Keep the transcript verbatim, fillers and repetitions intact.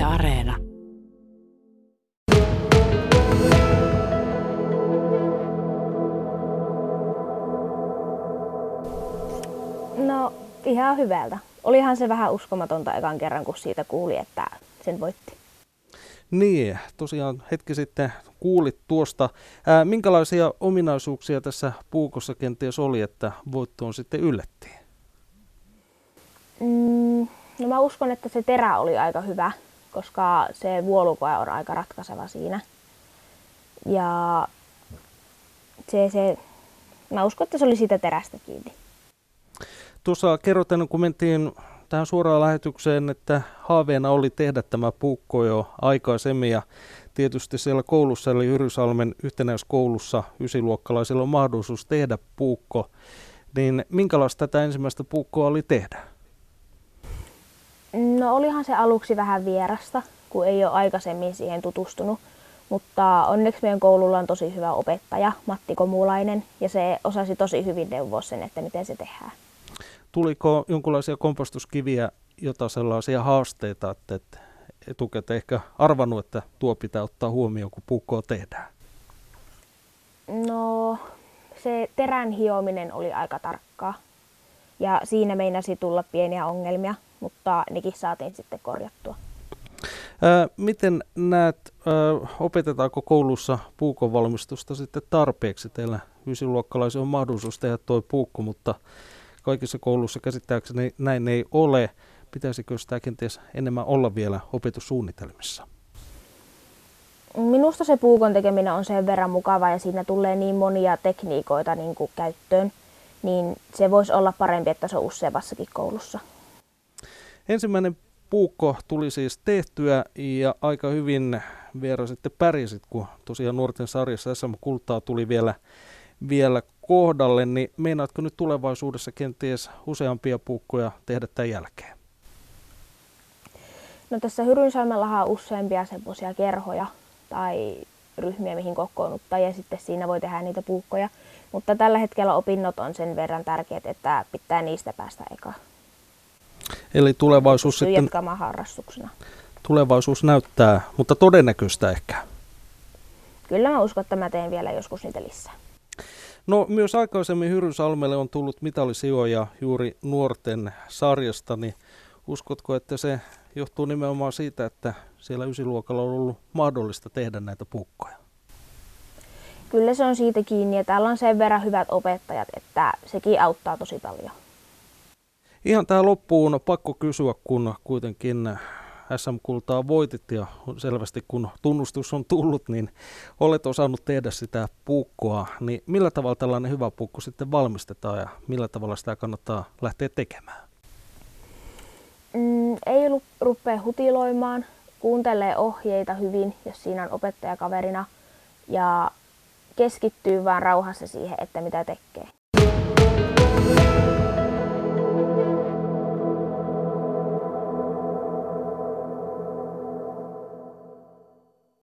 Areena. No ihan hyvältä. Olihan se vähän uskomatonta ekan kerran, kun siitä kuuli, että sen voitti. Niin, tosiaan hetki sitten kuulit tuosta. Ää, minkälaisia ominaisuuksia tässä puukossa kenties oli, että voittoon sitten yllättiin? Mm, no mä uskon, että se terä oli aika hyvä, koska se vuolukoe on aika ratkaiseva siinä. Ja se, se, mä uskon, että se oli siitä terästä kiinni. Tuossa kerroit ennen kuin mentiin tähän suoraan lähetykseen, että haaveena oli tehdä tämä puukko jo aikaisemmin ja tietysti siellä koulussa eli Hyrynsalmen yhtenäiskoulussa ysiluokkalaisilla on mahdollisuus tehdä puukko. Niin minkälaista tätä ensimmäistä puukkoa oli tehdä? No olihan se aluksi vähän vierasta, kun ei ole aikaisemmin siihen tutustunut, mutta onneksi meidän koululla on tosi hyvä opettaja, Matti Komulainen, ja se osasi tosi hyvin neuvoa sen, että miten se tehdään. Tuliko jonkinlaisia kompostuskiviä, jota sellaisia haasteita, että et etukäteen ehkä arvannut, että tuo pitää ottaa huomioon, kun puukkoa tehdään? No se terän hiominen oli aika tarkkaa ja siinä meinasi tulla pieniä ongelmia, mutta nekin saatiin sitten korjattua. Ää, miten näet, ää, opetetaanko koulussa puukon valmistusta sitten tarpeeksi? Teillä ysiluokkalaisilla on mahdollisuus tehdä tuo puukko, mutta kaikissa kouluissa käsittääkseni näin ei ole. Pitäisikö sitä kenties enemmän olla vielä opetussuunnitelmissa? Minusta se puukon tekeminen on sen verran mukava ja siinä tulee niin monia tekniikoita niin kuin käyttöön, niin se voisi olla parempi, että se on useampassakin koulussa. Ensimmäinen puukko tuli siis tehtyä ja aika hyvin Veera sitten pärjäsit, kun tosiaan nuorten sarjassa S M-kultaa tuli vielä, vielä kohdalle, niin meinaatko nyt tulevaisuudessa kenties useampia puukkoja tehdä tämän jälkeen? No tässä Hyrynsalmellahan on useampia semmoisia kerhoja tai ryhmiä, mihin kokoonnuttaa ja sitten siinä voi tehdä niitä puukkoja. Mutta tällä hetkellä opinnot on sen verran tärkeät, että pitää niistä päästä eka. Eli tulevaisuus sitten jatkamaan harrastuksena. Tulevaisuus näyttää, mutta todennäköistä ehkä. Kyllä mä uskon, että mä teen vielä joskus niitä lisää. No myös aikaisemmin Hyrynsalmelle on tullut mitalisijoja juuri nuorten sarjasta, niin uskotko, että se johtuu nimenomaan siitä, että siellä ysiluokalla on ollut mahdollista tehdä näitä puukkoja? Kyllä se on siitä kiinni ja täällä on sen verran hyvät opettajat, että sekin auttaa tosi paljon. Ihan tähän loppuun pakko kysyä, kun kuitenkin S M-kultaa voitit ja selvästi kun tunnustus on tullut, niin olet osannut tehdä sitä puukkoa, niin millä tavalla tällainen hyvä puukko sitten valmistetaan ja millä tavalla sitä kannattaa lähteä tekemään? Mm, ei rupea hutiloimaan, kuuntelee ohjeita hyvin, jos siinä on opettajakaverina ja keskittyy vaan rauhassa siihen, että mitä tekee.